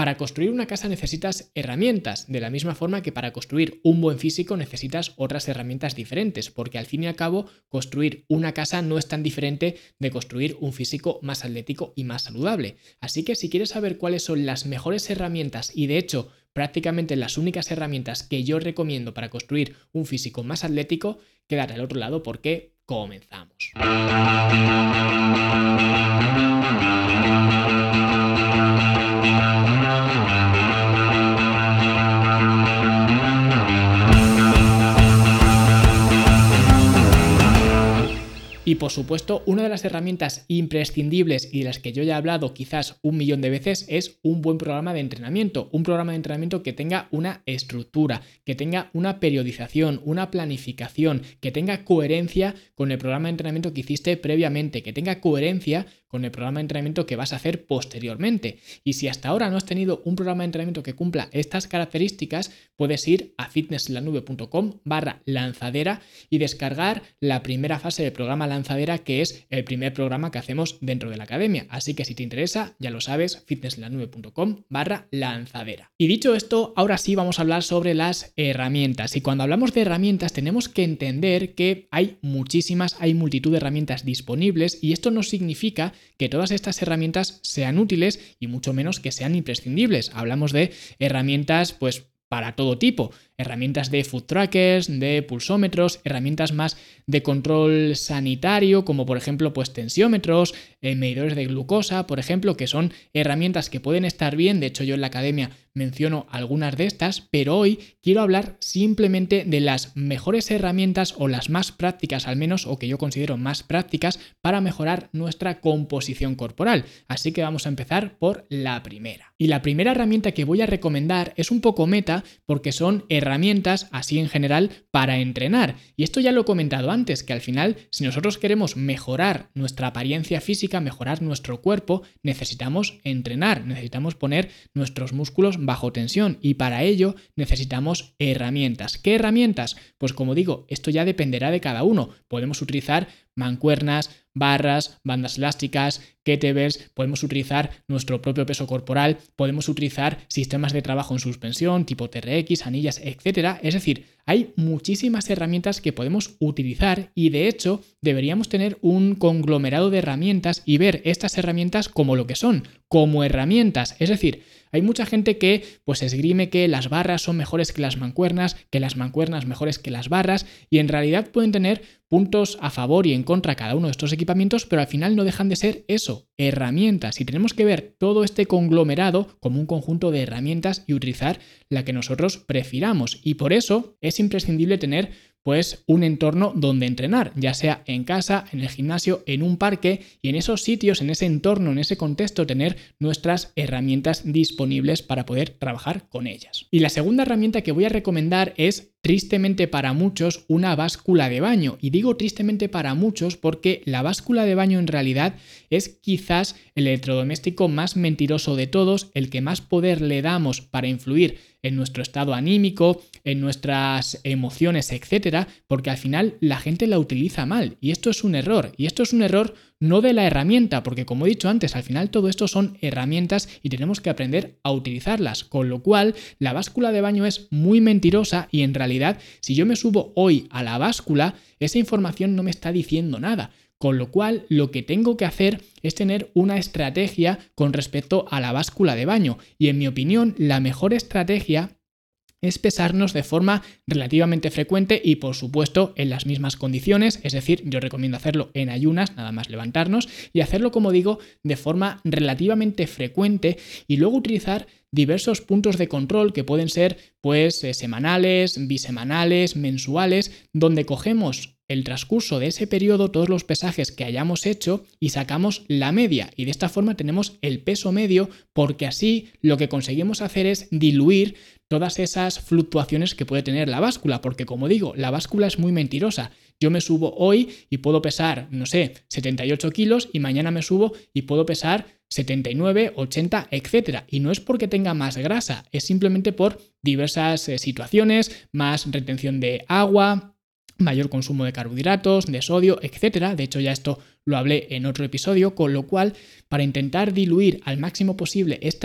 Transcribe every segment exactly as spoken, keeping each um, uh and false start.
Para construir una casa necesitas herramientas, de la misma forma que para construir un buen físico necesitas otras herramientas diferentes, porque al fin y al cabo construir una casa no es tan diferente de construir un físico más atlético y más saludable. Así que si quieres saber cuáles son las mejores herramientas y de hecho prácticamente las únicas herramientas que yo recomiendo para construir un físico más atlético, quédate al otro lado porque comenzamos. Y por supuesto, una de las herramientas imprescindibles y de las que yo ya he hablado quizás un millón de veces es un buen programa de entrenamiento. Un programa de entrenamiento que tenga una estructura, que tenga una periodización, una planificación, que tenga coherencia con el programa de entrenamiento que hiciste previamente, que tenga coherencia con el programa de entrenamiento que vas a hacer posteriormente. Y si hasta ahora no has tenido un programa de entrenamiento que cumpla estas características, puedes ir a fitnesslanube.com barra lanzadera y descargar la primera fase del programa lanzadera, que es el primer programa que hacemos dentro de la academia. Así que si te interesa, ya lo sabes, fitnesslanube.com barra lanzadera. Y dicho esto, ahora sí vamos a hablar sobre las herramientas. Y cuando hablamos de herramientas tenemos que entender que hay muchísimas, hay multitud de herramientas disponibles y esto no significa que todas estas herramientas sean útiles y mucho menos que sean imprescindibles. Hablamos de herramientas pues para todo tipo, herramientas de food trackers, de pulsómetros, herramientas más de control sanitario, como por ejemplo pues tensiómetros, eh, medidores de glucosa, por ejemplo, que son herramientas que pueden estar bien. De hecho, yo en la academia menciono algunas de estas, pero hoy quiero hablar simplemente de las mejores herramientas o las más prácticas al menos, o que yo considero más prácticas para mejorar nuestra composición corporal. Así que vamos a empezar por la primera. Y la primera herramienta que voy a recomendar es un poco meta porque son herramientas así en general para entrenar. Y esto ya lo he comentado antes, que al final si nosotros queremos mejorar nuestra apariencia física, mejorar nuestro cuerpo, necesitamos entrenar, necesitamos poner nuestros músculos bajo tensión y para ello necesitamos herramientas. ¿Qué herramientas? Pues como digo, esto ya dependerá de cada uno. Podemos utilizar mancuernas, barras, bandas elásticas, kettlebells, podemos utilizar nuestro propio peso corporal, podemos utilizar sistemas de trabajo en suspensión tipo T R X, anillas, etcétera. Es decir, hay muchísimas herramientas que podemos utilizar y de hecho deberíamos tener un conglomerado de herramientas y ver estas herramientas como lo que son, como herramientas. Es decir, hay mucha gente que pues esgrime que las barras son mejores que las mancuernas, que las mancuernas mejores que las barras y en realidad pueden tener puntos a favor y en contra cada uno de estos equipamientos, pero al final no dejan de ser eso, herramientas. Y tenemos que ver todo este conglomerado como un conjunto de herramientas y utilizar la que nosotros prefiramos. Y por eso es imprescindible tener pues un entorno donde entrenar, ya sea en casa, en el gimnasio, en un parque y en esos sitios, en ese entorno, en ese contexto, tener nuestras herramientas disponibles para poder trabajar con ellas. Y la segunda herramienta que voy a recomendar es, tristemente para muchos, una báscula de baño. Y digo tristemente para muchos porque la báscula de baño en realidad es quizás el electrodoméstico más mentiroso de todos, el que más poder le damos para influir en nuestro estado anímico, en nuestras emociones, etcétera, porque al final la gente la utiliza mal y esto es un error. Y esto es un error no de la herramienta, porque como he dicho antes, al final todo esto son herramientas y tenemos que aprender a utilizarlas, con lo cual la báscula de baño es muy mentirosa y en realidad si yo me subo hoy a la báscula, esa información no me está diciendo nada. Con lo cual, lo que tengo que hacer es tener una estrategia con respecto a la báscula de baño. Y en mi opinión, la mejor estrategia es pesarnos de forma relativamente frecuente y por supuesto en las mismas condiciones, es decir, yo recomiendo hacerlo en ayunas, nada más levantarnos y hacerlo, como digo, de forma relativamente frecuente y luego utilizar diversos puntos de control que pueden ser pues eh, semanales, bisemanales, mensuales, donde cogemos el transcurso de ese periodo, todos los pesajes que hayamos hecho y sacamos la media y de esta forma tenemos el peso medio porque así lo que conseguimos hacer es diluir todas esas fluctuaciones que puede tener la báscula, porque como digo, la báscula es muy mentirosa. Yo me subo hoy y puedo pesar, no sé, setenta y ocho kilos y mañana me subo y puedo pesar setenta y nueve, ochenta, etcétera. Y no es porque tenga más grasa, es simplemente por diversas eh, situaciones, más retención de agua, mayor consumo de carbohidratos, de sodio, etcétera. De hecho, ya esto lo hablé en otro episodio, con lo cual, para intentar diluir al máximo posible estas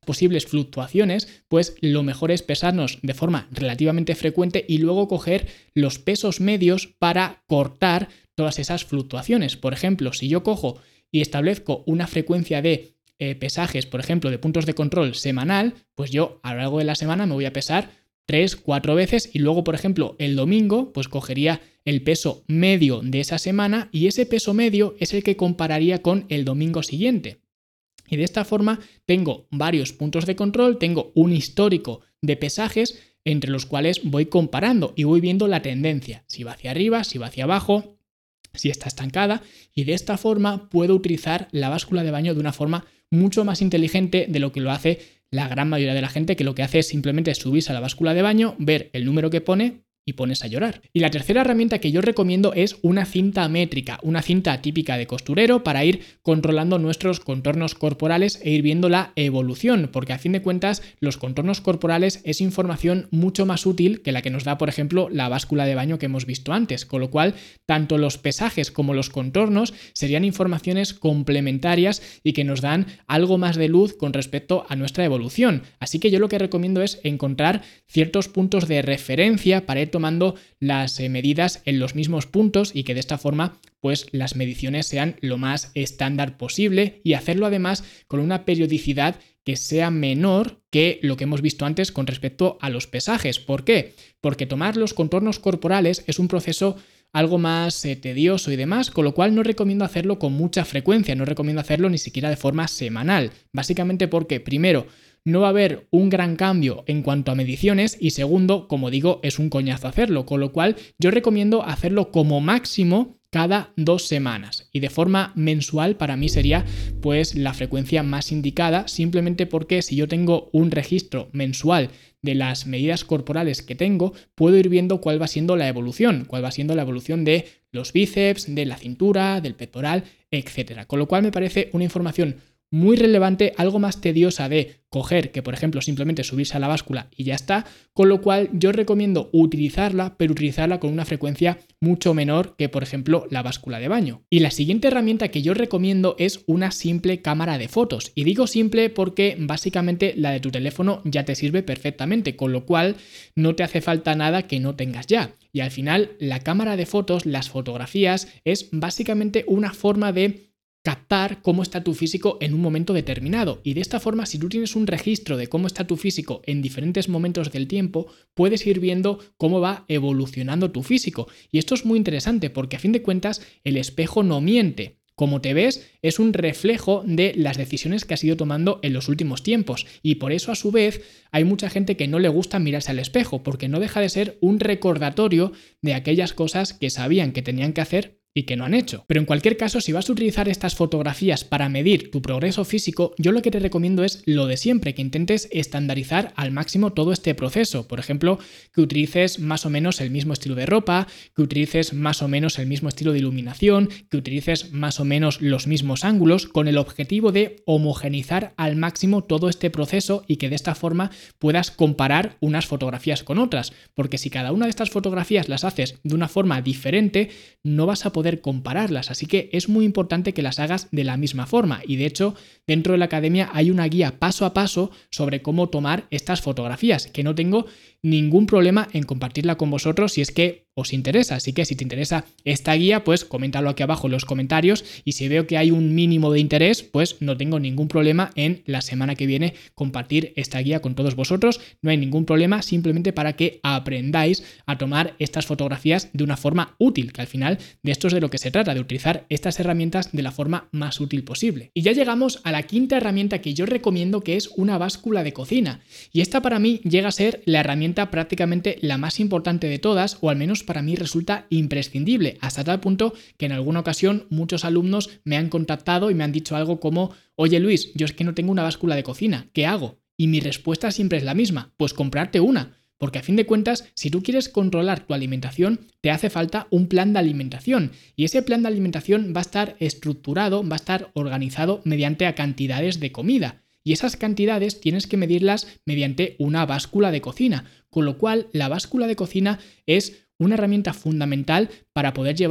posibles fluctuaciones, pues lo mejor es pesarnos de forma relativamente frecuente y luego coger los pesos medios para cortar todas esas fluctuaciones. Por ejemplo, si yo cojo y establezco una frecuencia de eh, pesajes, por ejemplo, de puntos de control semanal, pues yo a lo largo de la semana me voy a pesar tres, cuatro veces y luego, por ejemplo, el domingo, pues cogería el peso medio de esa semana y ese peso medio es el que compararía con el domingo siguiente. Y de esta forma tengo varios puntos de control, tengo un histórico de pesajes entre los cuales voy comparando y voy viendo la tendencia, si va hacia arriba, si va hacia abajo, si está estancada, y de esta forma puedo utilizar la báscula de baño de una forma mucho más inteligente de lo que lo hace la gran mayoría de la gente, que lo que hace es simplemente subirse a la báscula de baño, ver el número que pone y pones a llorar. Y la tercera herramienta que yo recomiendo es una cinta métrica, una cinta típica de costurero para ir controlando nuestros contornos corporales e ir viendo la evolución, porque a fin de cuentas los contornos corporales es información mucho más útil que la que nos da, por ejemplo, la báscula de baño que hemos visto antes, con lo cual tanto los pesajes como los contornos serían informaciones complementarias y que nos dan algo más de luz con respecto a nuestra evolución. Así que yo lo que recomiendo es encontrar ciertos puntos de referencia para ir tomando las eh, medidas en los mismos puntos y que de esta forma pues las mediciones sean lo más estándar posible y hacerlo además con una periodicidad que sea menor que lo que hemos visto antes con respecto a los pesajes. ¿Por qué? Porque tomar los contornos corporales es un proceso algo más eh, tedioso y demás, con lo cual no recomiendo hacerlo con mucha frecuencia, no recomiendo hacerlo ni siquiera de forma semanal, básicamente porque primero, no va a haber un gran cambio en cuanto a mediciones y segundo, como digo, es un coñazo hacerlo, con lo cual yo recomiendo hacerlo como máximo cada dos semanas y de forma mensual para mí sería pues la frecuencia más indicada, simplemente porque si yo tengo un registro mensual de las medidas corporales que tengo, puedo ir viendo cuál va siendo la evolución, cuál va siendo la evolución de los bíceps, de la cintura, del pectoral, etcétera. Con lo cual me parece una información muy relevante, algo más tediosa de coger que, por ejemplo, simplemente subirse a la báscula y ya está, con lo cual yo recomiendo utilizarla, pero utilizarla con una frecuencia mucho menor que, por ejemplo, la báscula de baño. Y la siguiente herramienta que yo recomiendo es una simple cámara de fotos. Y digo simple porque básicamente la de tu teléfono ya te sirve perfectamente, con lo cual no te hace falta nada que no tengas ya. Y al final, la cámara de fotos, las fotografías, es básicamente una forma de captar cómo está tu físico en un momento determinado y de esta forma si tú tienes un registro de cómo está tu físico en diferentes momentos del tiempo puedes ir viendo cómo va evolucionando tu físico y esto es muy interesante porque a fin de cuentas el espejo no miente. Como te ves, es un reflejo de las decisiones que has ido tomando en los últimos tiempos y por eso a su vez hay mucha gente que no le gusta mirarse al espejo porque no deja de ser un recordatorio de aquellas cosas que sabían que tenían que hacer y que no han hecho. Pero en cualquier caso, si vas a utilizar estas fotografías para medir tu progreso físico, yo lo que te recomiendo es lo de siempre, que intentes estandarizar al máximo todo este proceso. Por ejemplo, que utilices más o menos el mismo estilo de ropa, que utilices más o menos el mismo estilo de iluminación, que utilices más o menos los mismos ángulos, con el objetivo de homogeneizar al máximo todo este proceso y que de esta forma puedas comparar unas fotografías con otras. Porque si cada una de estas fotografías las haces de una forma diferente, no vas a poder compararlas, así que es muy importante que las hagas de la misma forma y de hecho dentro de la academia hay una guía paso a paso sobre cómo tomar estas fotografías que no tengo ningún problema en compartirla con vosotros si es que os interesa, así que si te interesa esta guía pues coméntalo aquí abajo en los comentarios y si veo que hay un mínimo de interés pues no tengo ningún problema en la semana que viene compartir esta guía con todos vosotros, no hay ningún problema, simplemente para que aprendáis a tomar estas fotografías de una forma útil, que al final de esto es de lo que se trata, de utilizar estas herramientas de la forma más útil posible. Y ya llegamos a la quinta herramienta que yo recomiendo, que es una báscula de cocina y esta para mí llega a ser la herramienta prácticamente la más importante de todas, o al menos para mí resulta imprescindible, hasta tal punto que en alguna ocasión muchos alumnos me han contactado y me han dicho algo como: oye Luis, yo es que no tengo una báscula de cocina, ¿qué hago? Y mi respuesta siempre es la misma: pues comprarte una. Porque a fin de cuentas, si tú quieres controlar tu alimentación, te hace falta un plan de alimentación. Y ese plan de alimentación va a estar estructurado, va a estar organizado mediante a cantidades de comida. Y esas cantidades tienes que medirlas mediante una báscula de cocina. Con lo cual, la báscula de cocina es una herramienta fundamental para poder llevar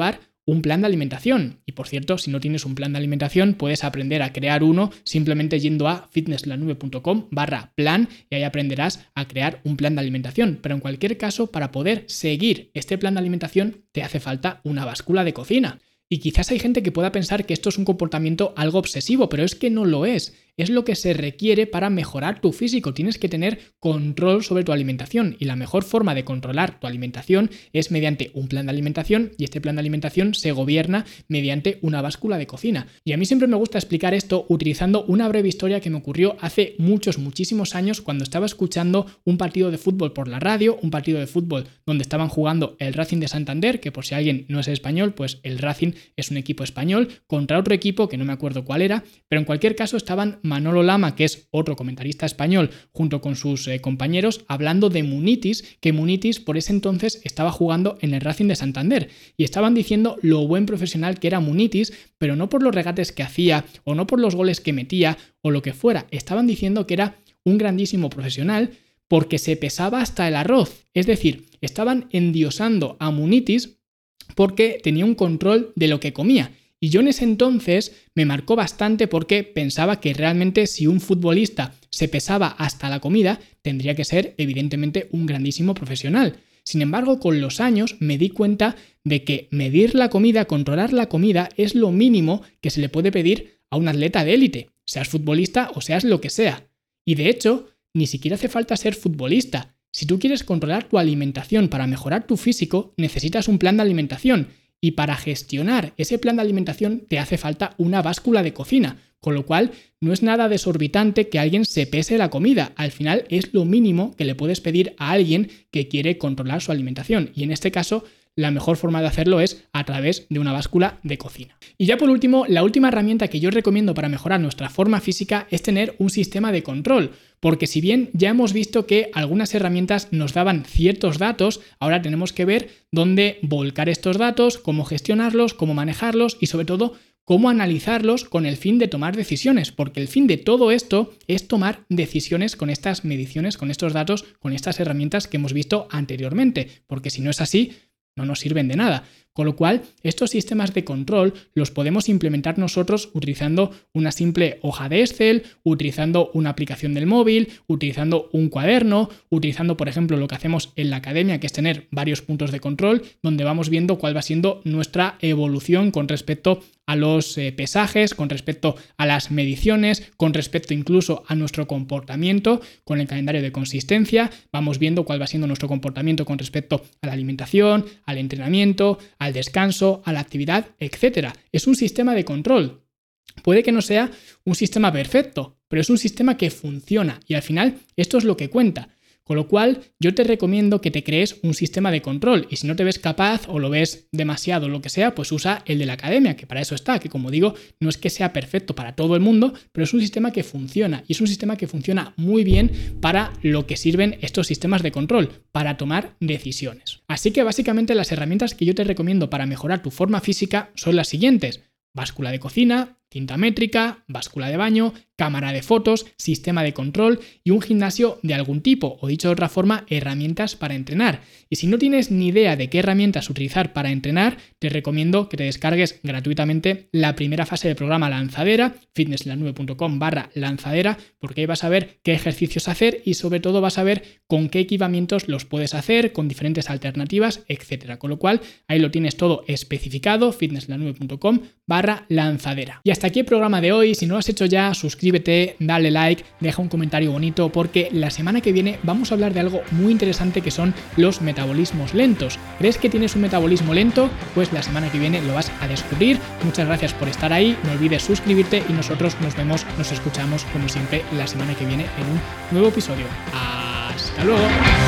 un plan de alimentación. Y por cierto, si no tienes un plan de alimentación, puedes aprender a crear uno simplemente yendo a fitnesslanube.com barra plan y ahí aprenderás a crear un plan de alimentación. Pero en cualquier caso, para poder seguir este plan de alimentación, te hace falta una báscula de cocina. Y quizás hay gente que pueda pensar que esto es un comportamiento algo obsesivo, pero es que no lo es. Es lo que se requiere para mejorar tu físico. Tienes que tener control sobre tu alimentación y la mejor forma de controlar tu alimentación es mediante un plan de alimentación y este plan de alimentación se gobierna mediante una báscula de cocina. Y a mí siempre me gusta explicar esto utilizando una breve historia que me ocurrió hace muchos, muchísimos años cuando estaba escuchando un partido de fútbol por la radio, un partido de fútbol donde estaban jugando el Racing de Santander, que por si alguien no es español, pues el Racing es un equipo español, contra otro equipo que no me acuerdo cuál era, pero en cualquier caso estaban Manolo Lama, que es otro comentarista español, junto con sus eh, compañeros, hablando de Munitis, que Munitis por ese entonces estaba jugando en el Racing de Santander, y estaban diciendo lo buen profesional que era Munitis, pero no por los regates que hacía, o no por los goles que metía, o lo que fuera, estaban diciendo que era un grandísimo profesional porque se pesaba hasta el arroz, es decir, estaban endiosando a Munitis porque tenía un control de lo que comía. Y yo en ese entonces me marcó bastante porque pensaba que realmente si un futbolista se pesaba hasta la comida, tendría que ser evidentemente un grandísimo profesional. Sin embargo, con los años me di cuenta de que medir la comida, controlar la comida, es lo mínimo que se le puede pedir a un atleta de élite, seas futbolista o seas lo que sea. Y de hecho, ni siquiera hace falta ser futbolista. Si tú quieres controlar tu alimentación para mejorar tu físico, necesitas un plan de alimentación. Y para gestionar ese plan de alimentación te hace falta una báscula de cocina, con lo cual no es nada desorbitante que alguien se pese la comida. Al final es lo mínimo que le puedes pedir a alguien que quiere controlar su alimentación. Y en este caso, la mejor forma de hacerlo es a través de una báscula de cocina. Y ya por último, la última herramienta que yo recomiendo para mejorar nuestra forma física es tener un sistema de control. Porque si bien ya hemos visto que algunas herramientas nos daban ciertos datos, ahora tenemos que ver dónde volcar estos datos, cómo gestionarlos, cómo manejarlos y sobre todo cómo analizarlos con el fin de tomar decisiones, porque el fin de todo esto es tomar decisiones con estas mediciones, con estos datos, con estas herramientas que hemos visto anteriormente, porque si no es así, no nos sirven de nada. Con lo cual, estos sistemas de control los podemos implementar nosotros utilizando una simple hoja de Excel, utilizando una aplicación del móvil, utilizando un cuaderno, utilizando, por ejemplo, lo que hacemos en la academia, que es tener varios puntos de control, donde vamos viendo cuál va siendo nuestra evolución con respecto a los eh, pesajes, con respecto a las mediciones, con respecto incluso a nuestro comportamiento con el calendario de consistencia. Vamos viendo cuál va siendo nuestro comportamiento con respecto a la alimentación, al entrenamiento, al descanso, a la actividad, etcétera. Es un sistema de control. Puede que no sea un sistema perfecto, pero es un sistema que funciona y al final esto es lo que cuenta. Con lo cual, yo te recomiendo que te crees un sistema de control y si no te ves capaz o lo ves demasiado o lo que sea, pues usa el de la academia, que para eso está, que como digo, no es que sea perfecto para todo el mundo, pero es un sistema que funciona y es un sistema que funciona muy bien para lo que sirven estos sistemas de control, para tomar decisiones. Así que básicamente las herramientas que yo te recomiendo para mejorar tu forma física son las siguientes: báscula de cocina, cinta métrica, báscula de baño, cámara de fotos, sistema de control y un gimnasio de algún tipo, o dicho de otra forma, herramientas para entrenar. Y si no tienes ni idea de qué herramientas utilizar para entrenar, te recomiendo que te descargues gratuitamente la primera fase del programa Lanzadera, fitnesslanube.com barra lanzadera, porque ahí vas a ver qué ejercicios hacer y sobre todo vas a ver con qué equipamientos los puedes hacer, con diferentes alternativas, etcétera. Con lo cual, ahí lo tienes todo especificado, fitnesslanube.com barra lanzadera. Y hasta aquí el programa de hoy. Si no lo has hecho ya, suscríbete, dale like, deja un comentario bonito, porque la semana que viene vamos a hablar de algo muy interesante que son los metabolismos lentos. ¿Crees que tienes un metabolismo lento? Pues la semana que viene lo vas a descubrir. Muchas gracias por estar ahí, no olvides suscribirte y nosotros nos vemos, nos escuchamos como siempre la semana que viene en un nuevo episodio. ¡Hasta luego!